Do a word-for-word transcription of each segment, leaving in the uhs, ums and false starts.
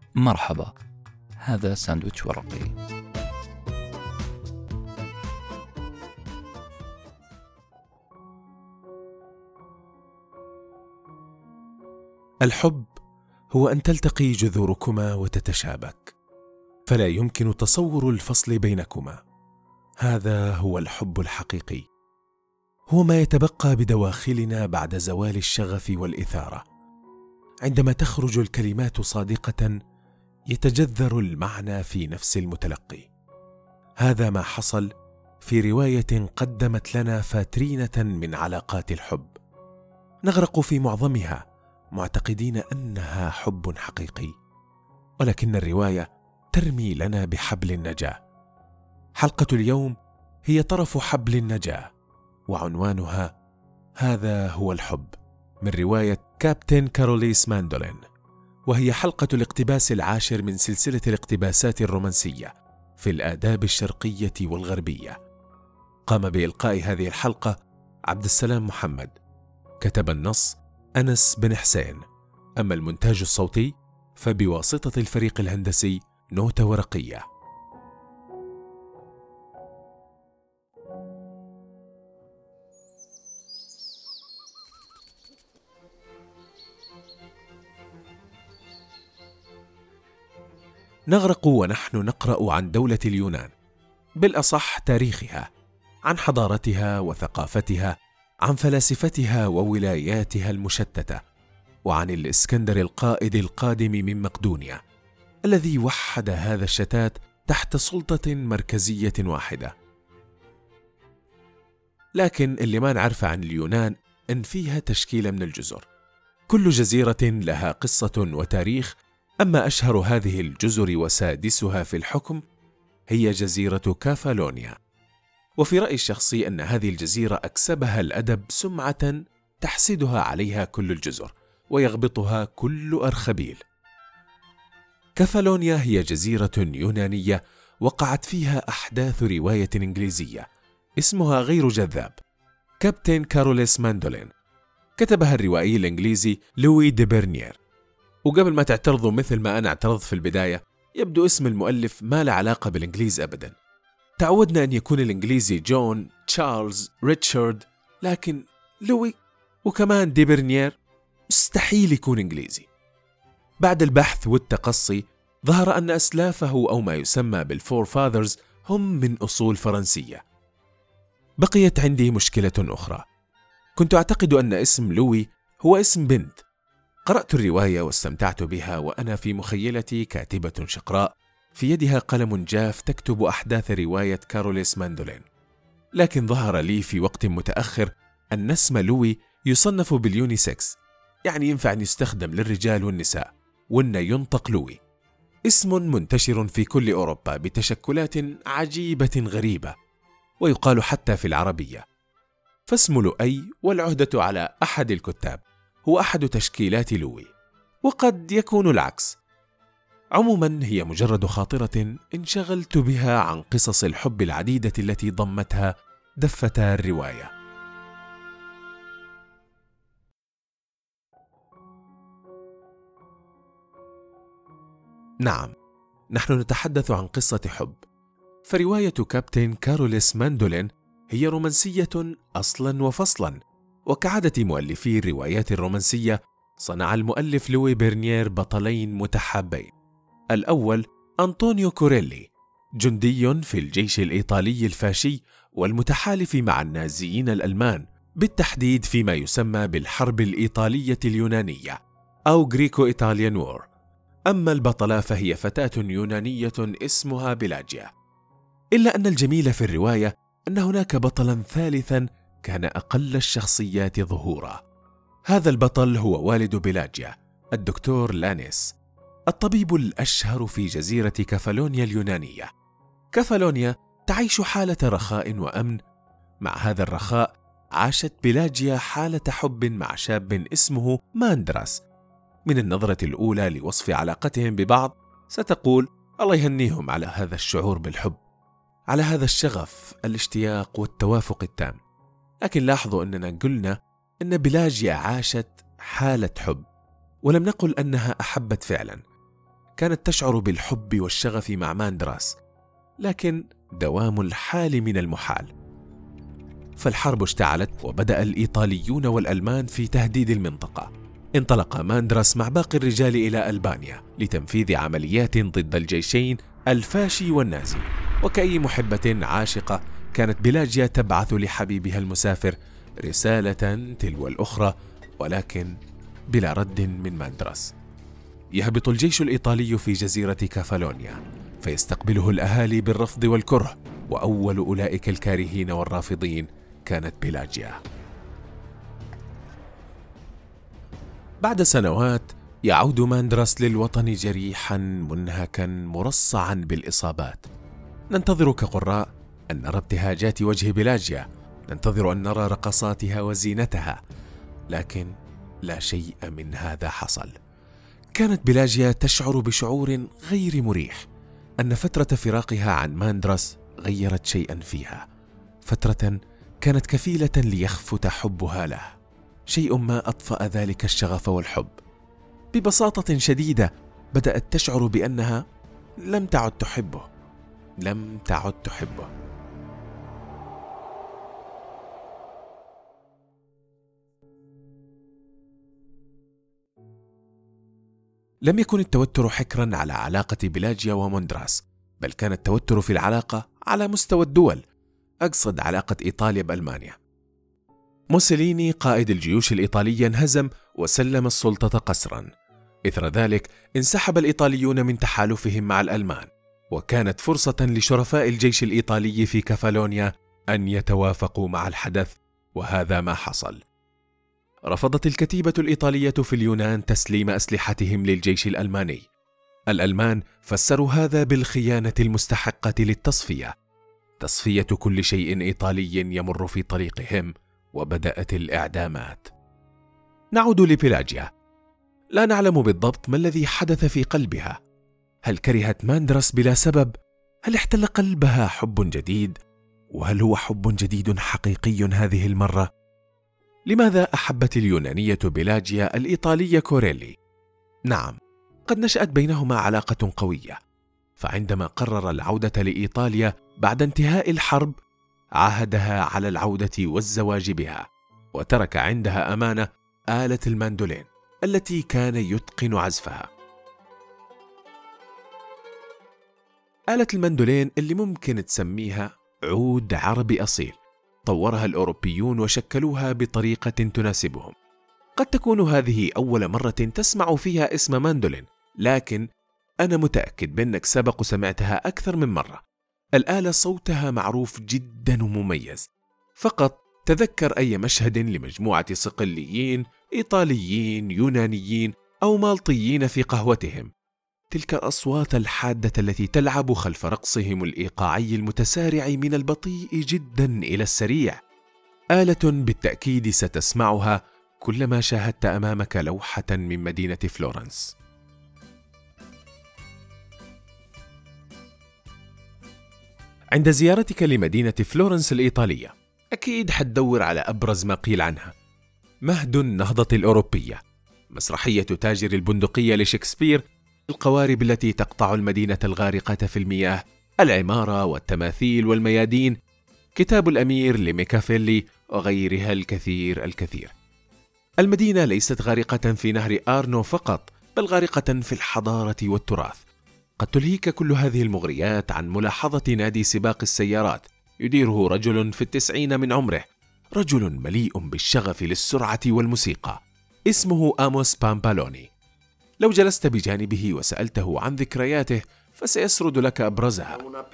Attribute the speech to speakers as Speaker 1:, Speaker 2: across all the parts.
Speaker 1: مرحبا، هذا ساندويتش ورقي.
Speaker 2: الحب هو أن تلتقي جذوركما وتتشابك، فلا يمكن تصور الفصل بينكما. هذا هو الحب الحقيقي، هو ما يتبقى بدواخلنا بعد زوال الشغف والإثارة. عندما تخرج الكلمات صادقة يتجذر المعنى في نفس المتلقي. هذا ما حصل في رواية قدمت لنا فاترينة من علاقات الحب، نغرق في معظمها معتقدين أنها حب حقيقي، ولكن الرواية ترمي لنا بحبل النجاة. حلقة اليوم هي طرف حبل النجاة، وعنوانها هذا هو الحب، من رواية كابتن كاروليس ماندولين، وهي حلقة الاقتباس العاشر من سلسلة الاقتباسات الرومانسية في الآداب الشرقية والغربية. قام بإلقاء هذه الحلقة عبد السلام محمد، كتب النص أنس بن حسين، أما المونتاج الصوتي فبواسطة الفريق الهندسي نوتة ورقية. نغرق ونحن نقرأ عن دولة اليونان، بالأصح تاريخها، عن حضارتها وثقافتها، عن فلاسفتها وولاياتها المشتتة، وعن الإسكندر القائد القادم من مقدونيا الذي وحد هذا الشتات تحت سلطة مركزية واحدة. لكن اللي ما نعرفه عن اليونان إن فيها تشكيلة من الجزر، كل جزيرة لها قصة وتاريخ، أما أشهر هذه الجزر وسادسها في الحكم هي جزيرة كافالونيا. وفي رأيي الشخصي أن هذه الجزيرة أكسبها الأدب سمعة تحسدها عليها كل الجزر ويغبطها كل أرخبيل. كافالونيا هي جزيرة يونانية وقعت فيها أحداث رواية إنجليزية اسمها غير جذاب، كابتن كاروليس ماندولين، كتبها الروائي الإنجليزي لوي دي برنيير. وقبل ما تعترضوا مثل ما أنا اعترضت في البداية، يبدو اسم المؤلف ما له علاقة بالإنجليز أبدا. تعودنا أن يكون الإنجليزي جون، تشارلز، ريتشارد، لكن لوي وكمان دي برنيير مستحيل يكون إنجليزي. بعد البحث والتقصي ظهر أن أسلافه أو ما يسمى بالفور فاذرز هم من أصول فرنسية. بقيت عندي مشكلة أخرى، كنت أعتقد أن اسم لوي هو اسم بنت. قرأت الرواية واستمتعت بها وأنا في مخيلتي كاتبة شقراء في يدها قلم جاف تكتب أحداث رواية كاروليس ماندولين، لكن ظهر لي في وقت متأخر أن اسم لوي يصنف باليونيسكس، يعني ينفع أن يستخدم للرجال والنساء، وأن ينطق لوي، اسم منتشر في كل أوروبا بتشكلات عجيبة غريبة، ويقال حتى في العربية. فاسم لؤي والعهدة على أحد الكتاب هو أحد تشكيلات لوي، وقد يكون العكس. عموما هي مجرد خاطرة انشغلت بها عن قصص الحب العديدة التي ضمتها دفتا الرواية. نعم، نحن نتحدث عن قصة حب، فرواية كابتن كاروليس ماندولين هي رومانسية أصلا وفصلا، وكعادة مؤلفي الروايات الرومانسية صنع المؤلف لوي برنيير بطلين متحابين. الأول أنطونيو كوريلي، جندي في الجيش الإيطالي الفاشي والمتحالف مع النازيين الألمان، بالتحديد فيما يسمى بالحرب الإيطالية اليونانية أو غريكو إيطاليان وور. أما البطلة فهي فتاة يونانية اسمها بيلاجيا. إلا أن الجميل في الرواية أن هناك بطلا ثالثا كان أقل الشخصيات ظهورا. هذا البطل هو والد بيلاجيا، الدكتور لانيس، الطبيب الأشهر في جزيرة كافالونيا اليونانية. كافالونيا تعيش حالة رخاء وأمن. مع هذا الرخاء عاشت بيلاجيا حالة حب مع شاب اسمه ماندراس. من النظرة الأولى لوصف علاقتهم ببعض ستقول الله يهنيهم على هذا الشعور بالحب، على هذا الشغف، الاشتياق والتوافق التام. لكن لاحظوا أننا قلنا أن بيلاجيا عاشت حالة حب، ولم نقل أنها أحبت فعلا. كانت تشعر بالحب والشغف مع ماندراس، لكن دوام الحال من المحال. فالحرب اشتعلت وبدأ الإيطاليون والألمان في تهديد المنطقة. انطلق ماندراس مع باقي الرجال إلى ألبانيا لتنفيذ عمليات ضد الجيشين الفاشي والنازي. وكأي محبة عاشقة كانت بيلاجيا تبعث لحبيبها المسافر رسالة تلو الأخرى، ولكن بلا رد من ماندراس. يهبط الجيش الإيطالي في جزيرة كافالونيا، فيستقبله الأهالي بالرفض والكره، وأول أولئك الكارهين والرافضين كانت بيلاجيا. بعد سنوات يعود ماندراس للوطن جريحا منهكا مرصعا بالإصابات. ننتظر كقراء أن نرى ابتهاجات وجه بيلاجيا، ننتظر أن نرى رقصاتها وزينتها، لكن لا شيء من هذا حصل. كانت بيلاجيا تشعر بشعور غير مريح، أن فترة فراقها عن ماندراس غيرت شيئا فيها، فترة كانت كفيلة ليخفت حبها له، شيء ما أطفأ ذلك الشغف والحب. ببساطة شديدة بدأت تشعر بأنها لم تعد تحبه، لم تعد تحبه. لم يكن التوتر حكرا على علاقة بيلاجيا وماندراس، بل كان التوتر في العلاقة على مستوى الدول، أقصد علاقة إيطاليا بألمانيا. موسوليني قائد الجيوش الإيطالية انهزم وسلم السلطة قسرا. إثر ذلك انسحب الإيطاليون من تحالفهم مع الألمان، وكانت فرصة لشرفاء الجيش الإيطالي في كافالونيا أن يتوافقوا مع الحدث، وهذا ما حصل. رفضت الكتيبة الإيطالية في اليونان تسليم أسلحتهم للجيش الألماني. الألمان فسروا هذا بالخيانة المستحقة للتصفية، تصفية كل شيء إيطالي يمر في طريقهم، وبدأت الإعدامات. نعود لبيلاجيا. لا نعلم بالضبط ما الذي حدث في قلبها. هل كرهت ماندراس بلا سبب؟ هل احتل قلبها حب جديد؟ وهل هو حب جديد حقيقي هذه المرة؟ لماذا أحبت اليونانية بيلاجيا الإيطالية كوريلي؟ نعم، قد نشأت بينهما علاقة قوية، فعندما قرر العودة لإيطاليا بعد انتهاء الحرب عاهدها على العودة والزواج بها، وترك عندها أمانة آلة الماندولين التي كان يتقن عزفها. آلة الماندولين اللي ممكن تسميها عود عربي أصيل، طورها الأوروبيون وشكلوها بطريقة تناسبهم. قد تكون هذه أول مرة تسمع فيها اسم ماندولين، لكن أنا متأكد بأنك سبق سمعتها أكثر من مرة. الآلة صوتها معروف جدا ومميز، فقط تذكر أي مشهد لمجموعة صقليين إيطاليين يونانيين أو مالطيين في قهوتهم، تلك الأصوات الحادة التي تلعب خلف رقصهم الإيقاعي المتسارع من البطيء جدا إلى السريع. آلة بالتأكيد ستسمعها كلما شاهدت أمامك لوحة من مدينة فلورنس. عند زيارتك لمدينة فلورنس الإيطالية أكيد حتدور على أبرز ما قيل عنها: مهد النهضة الأوروبية، مسرحية تاجر البندقية لشكسبير، القوارب التي تقطع المدينة الغارقة في المياه، العمارة والتماثيل والميادين، كتاب الأمير لميكافيلي، وغيرها الكثير الكثير. المدينة ليست غارقة في نهر آرنو فقط، بل غارقة في الحضارة والتراث. قد تلهيك كل هذه المغريات عن ملاحظة نادي سباق السيارات يديره رجل في التسعين من عمره، رجل مليء بالشغف للسرعة والموسيقى، اسمه آموس بامبالوني. لو جلست بجانبه وسألته عن ذكرياته فسيسرد لك أبرزها.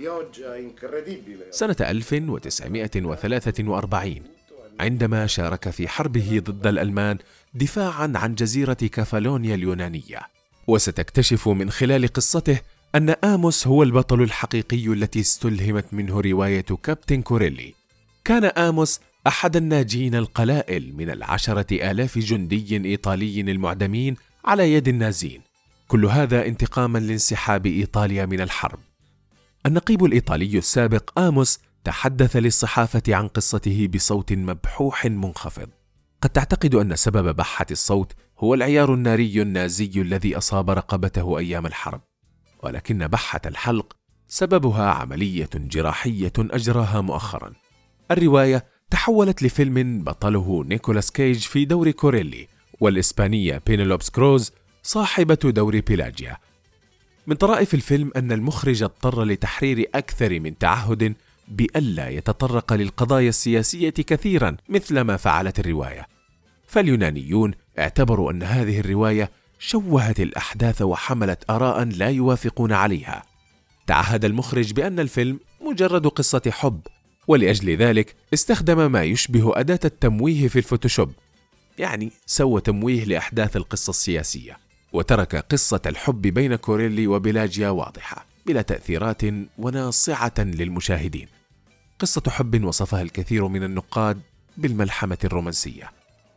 Speaker 2: سنة ألف وتسعمائة وثلاثة وأربعين عندما شارك في حربه ضد الألمان دفاعا عن جزيرة كافالونيا اليونانية، وستكتشف من خلال قصته أن آموس هو البطل الحقيقي التي استلهمت منه رواية كابتن كوريلي. كان آموس أحد الناجين القلائل من العشرة آلاف جندي إيطالي المعدمين على يد النازين، كل هذا انتقاما لانسحاب إيطاليا من الحرب. النقيب الإيطالي السابق آموس تحدث للصحافة عن قصته بصوت مبحوح منخفض. قد تعتقد أن سبب بحة الصوت هو العيار الناري النازي الذي أصاب رقبته أيام الحرب، ولكن بحة الحلق سببها عملية جراحية أجراها مؤخرا. الرواية تحولت لفيلم بطله نيكولاس كيج في دور كوريلي، والإسبانية بينيلوبس كروز صاحبة دور بيلاجيا. من طرائف الفيلم أن المخرج اضطر لتحرير أكثر من تعهد بألا يتطرق للقضايا السياسية كثيرا مثل ما فعلت الرواية، فاليونانيون اعتبروا أن هذه الرواية شوهت الأحداث وحملت آراء لا يوافقون عليها. تعهد المخرج بأن الفيلم مجرد قصة حب، ولأجل ذلك استخدم ما يشبه أداة التمويه في الفوتوشوب، يعني سوى تمويه لأحداث القصة السياسية، وترك قصة الحب بين كوريلي وبيلاجيا واضحة بلا تأثيرات وناصعة للمشاهدين. قصة حب وصفها الكثير من النقاد بالملحمة الرومانسية.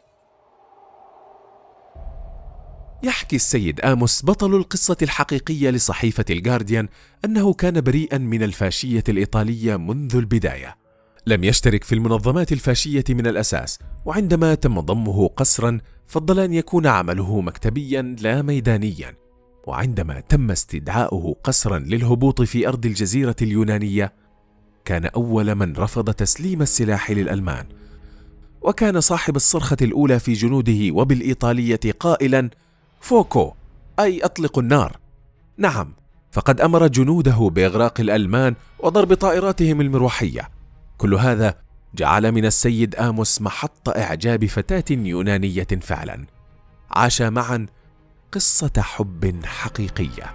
Speaker 2: يحكي السيد آموس بطل القصة الحقيقية لصحيفة الجارديان أنه كان بريئا من الفاشية الإيطالية منذ البداية. لم يشترك في المنظمات الفاشية من الأساس، وعندما تم ضمه قسرا فضل أن يكون عمله مكتبيا لا ميدانيا. وعندما تم استدعاؤه قسرا للهبوط في أرض الجزيرة اليونانية كان أول من رفض تسليم السلاح للألمان، وكان صاحب الصرخة الأولى في جنوده وبالإيطالية قائلا فوكو، أي أطلقوا النار. نعم، فقد أمر جنوده بإغراق الألمان وضرب طائراتهم المروحية. كل هذا جعل من السيد آموس محط إعجاب فتاة يونانية فعلا. عاشا معا قصة حب حقيقية.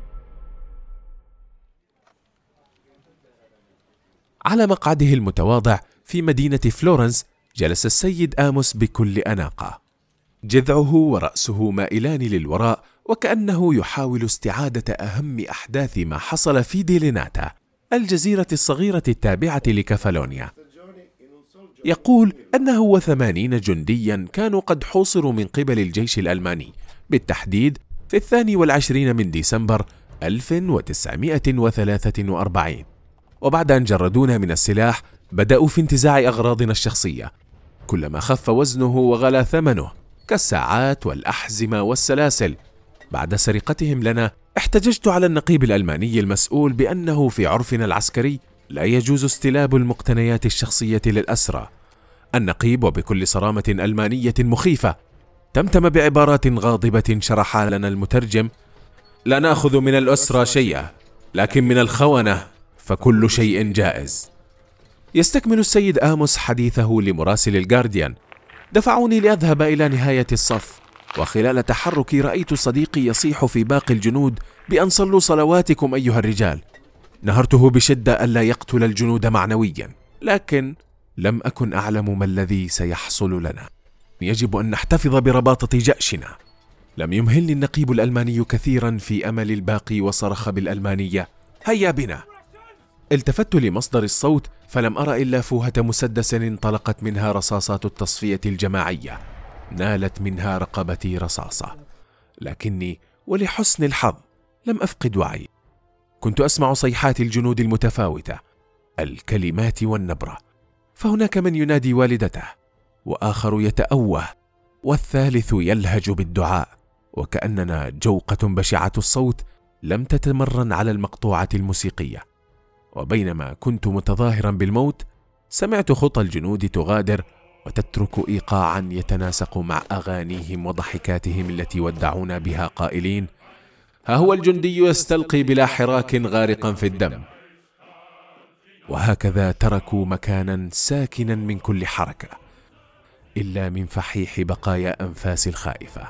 Speaker 2: على مقعده المتواضع في مدينة فلورنس جلس السيد آموس بكل أناقة، جذعه ورأسه مائلان للوراء، وكأنه يحاول استعادة أهم أحداث ما حصل في ديليناتا، الجزيرة الصغيرة التابعة لكفالونيا. يقول أنه وثمانين جنديا كانوا قد حوصروا من قبل الجيش الألماني، بالتحديد في الثاني والعشرين من ديسمبر ألف وتسعمائة وثلاثة وأربعين، وبعد أن جردونا من السلاح بدأوا في انتزاع أغراضنا الشخصية، كلما خف وزنه وغلا ثمنه، كالساعات والأحزمة والسلاسل. بعد سرقتهم لنا احتججت على النقيب الألماني المسؤول بأنه في عرفنا العسكري لا يجوز استلاب المقتنيات الشخصية للأسرى. النقيب وبكل صرامة ألمانية مخيفة تمتم بعبارات غاضبة شرح لنا المترجم: لا نأخذ من الأسرى شيئا، لكن من الخونة فكل شيء جائز. يستكمل السيد آموس حديثه لمراسل الجارديان: دفعوني لأذهب إلى نهاية الصف، وخلال تحركي رأيت صديقي يصيح في باقي الجنود بأن صلوا صلواتكم أيها الرجال. نهرته بشدة ألا يقتل الجنود معنويا، لكن لم أكن أعلم ما الذي سيحصل لنا. يجب أن نحتفظ برباطة جأشنا. لم يمهلني النقيب الألماني كثيرا في أمل الباقي وصرخ بالألمانية: هيا بنا. التفت لمصدر الصوت فلم أرى إلا فوهة مسدس انطلقت منها رصاصات التصفية الجماعية، نالت منها رقبتي رصاصة، لكني ولحسن الحظ لم أفقد وعي. كنت أسمع صيحات الجنود المتفاوتة، الكلمات والنبرة، فهناك من ينادي والدته، وآخر يتأوه، والثالث يلهج بالدعاء، وكأننا جوقة بشعة الصوت لم تتمرن على المقطوعة الموسيقية. وبينما كنت متظاهرا بالموت سمعت خطى الجنود تغادر وتترك إيقاعا يتناسق مع أغانيهم وضحكاتهم التي ودعونا بها قائلين: ها هو الجندي يستلقي بلا حراك غارقا في الدم. وهكذا تركوا مكانا ساكنا من كل حركة إلا من فحيح بقايا أنفاس الخائفة.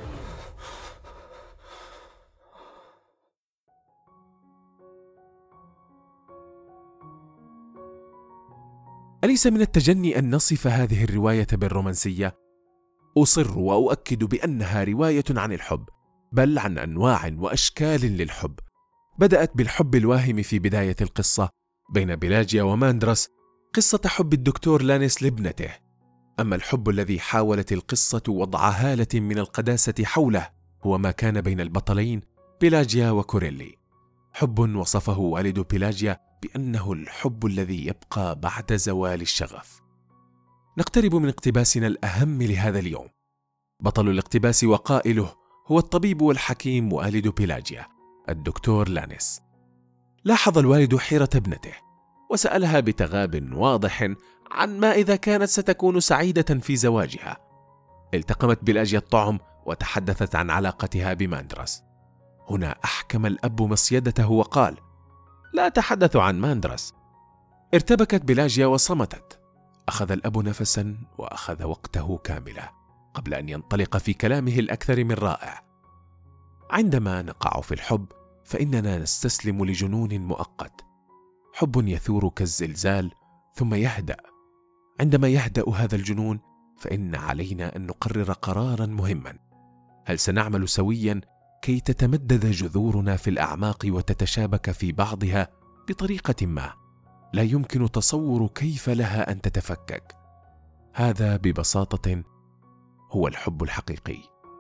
Speaker 2: أليس من التجني أن نصف هذه الرواية بالرومانسية؟ أصر وأؤكد بأنها رواية عن الحب، بل عن أنواع وأشكال للحب. بدأت بالحب الواهم في بداية القصة بين بيلاجيا وماندرس، قصة حب الدكتور لانيس لابنته. أما الحب الذي حاولت القصة وضع هالة من القداسة حوله هو ما كان بين البطلين بيلاجيا وكوريلي، حب وصفه والد بيلاجيا بأنه الحب الذي يبقى بعد زوال الشغف. نقترب من اقتباسنا الأهم لهذا اليوم. بطل الاقتباس وقائله هو الطبيب والحكيم والد بيلاجيا، الدكتور لانيس. لاحظ الوالد حيرة ابنته وسألها بتغاب واضح عن ما إذا كانت ستكون سعيدة في زواجها. التقمت بلاجيا الطعم وتحدثت عن علاقتها بماندرس. هنا أحكم الأب مصيدته وقال: لا أتحدث عن ماندرس. ارتبكت بلاجيا وصمتت. أخذ الأب نفسا وأخذ وقته كاملا قبل أن ينطلق في كلامه الأكثر من رائع. عندما نقع في الحب فإننا نستسلم لجنون مؤقت، حب يثور كالزلزال ثم يهدأ. عندما يهدأ هذا الجنون فإن علينا أن نقرر قرارا مهما: هل سنعمل سويا كي تتمدد جذورنا في الأعماق وتتشابك في بعضها بطريقة ما لا يمكن تصور كيف لها أن تتفكك؟ هذا ببساطة هو الحب الحقيقي.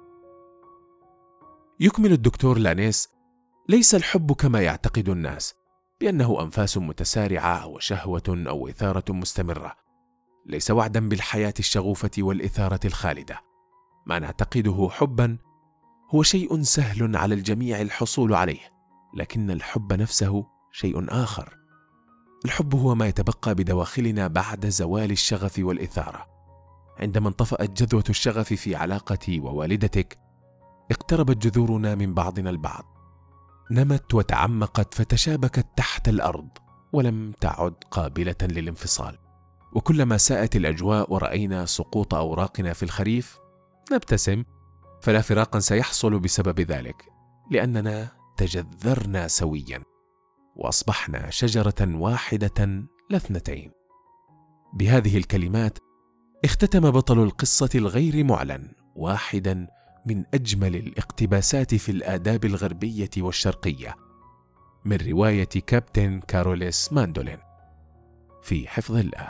Speaker 2: يكمل الدكتور لانيس: ليس الحب كما يعتقد الناس بأنه أنفاس متسارعة أو شهوة أو إثارة مستمرة. ليس وعدا بالحياة الشغوفة والإثارة الخالدة. ما نعتقده حبا هو شيء سهل على الجميع الحصول عليه، لكن الحب نفسه شيء آخر. الحب هو ما يتبقى بدواخلنا بعد زوال الشغف والإثارة. عندما انطفأت جذوة الشغف في علاقتي ووالدتك، اقتربت جذورنا من بعضنا البعض، نمت وتعمقت فتشابكت تحت الأرض ولم تعد قابلة للانفصال. وكلما ساءت الأجواء ورأينا سقوط أوراقنا في الخريف نبتسم، فلا فراقا سيحصل بسبب ذلك، لأننا تجذرنا سويا وأصبحنا شجرة واحدة لا اثنتين. بهذه الكلمات اختتم بطل القصة الغير معلن واحدا من أجمل الاقتباسات في الآداب الغربية والشرقية من رواية كابتن كاروليس ماندولين. في حفظ الله.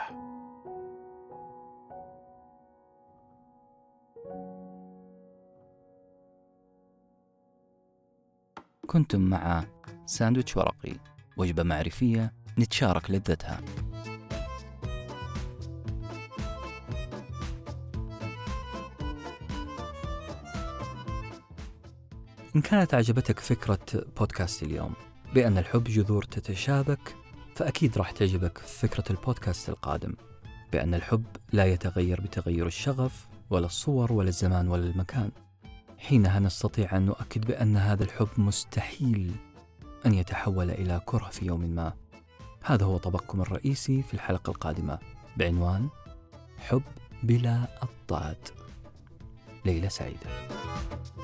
Speaker 1: كنتم مع ساندويتش ورقي، وجبة معرفية نتشارك لذتها. إن كانت عجبتك فكرة بودكاست اليوم بأن الحب جذور تتشابك، فأكيد راح تعجبك فكرة البودكاست القادم بأن الحب لا يتغير بتغير الشغف ولا الصور ولا الزمان ولا المكان. حينها نستطيع أن نؤكد بأن هذا الحب مستحيل أن يتحول إلى كره في يوم ما. هذا هو طبقكم الرئيسي في الحلقة القادمة بعنوان حب بلا الضاد. ليلة سعيدة.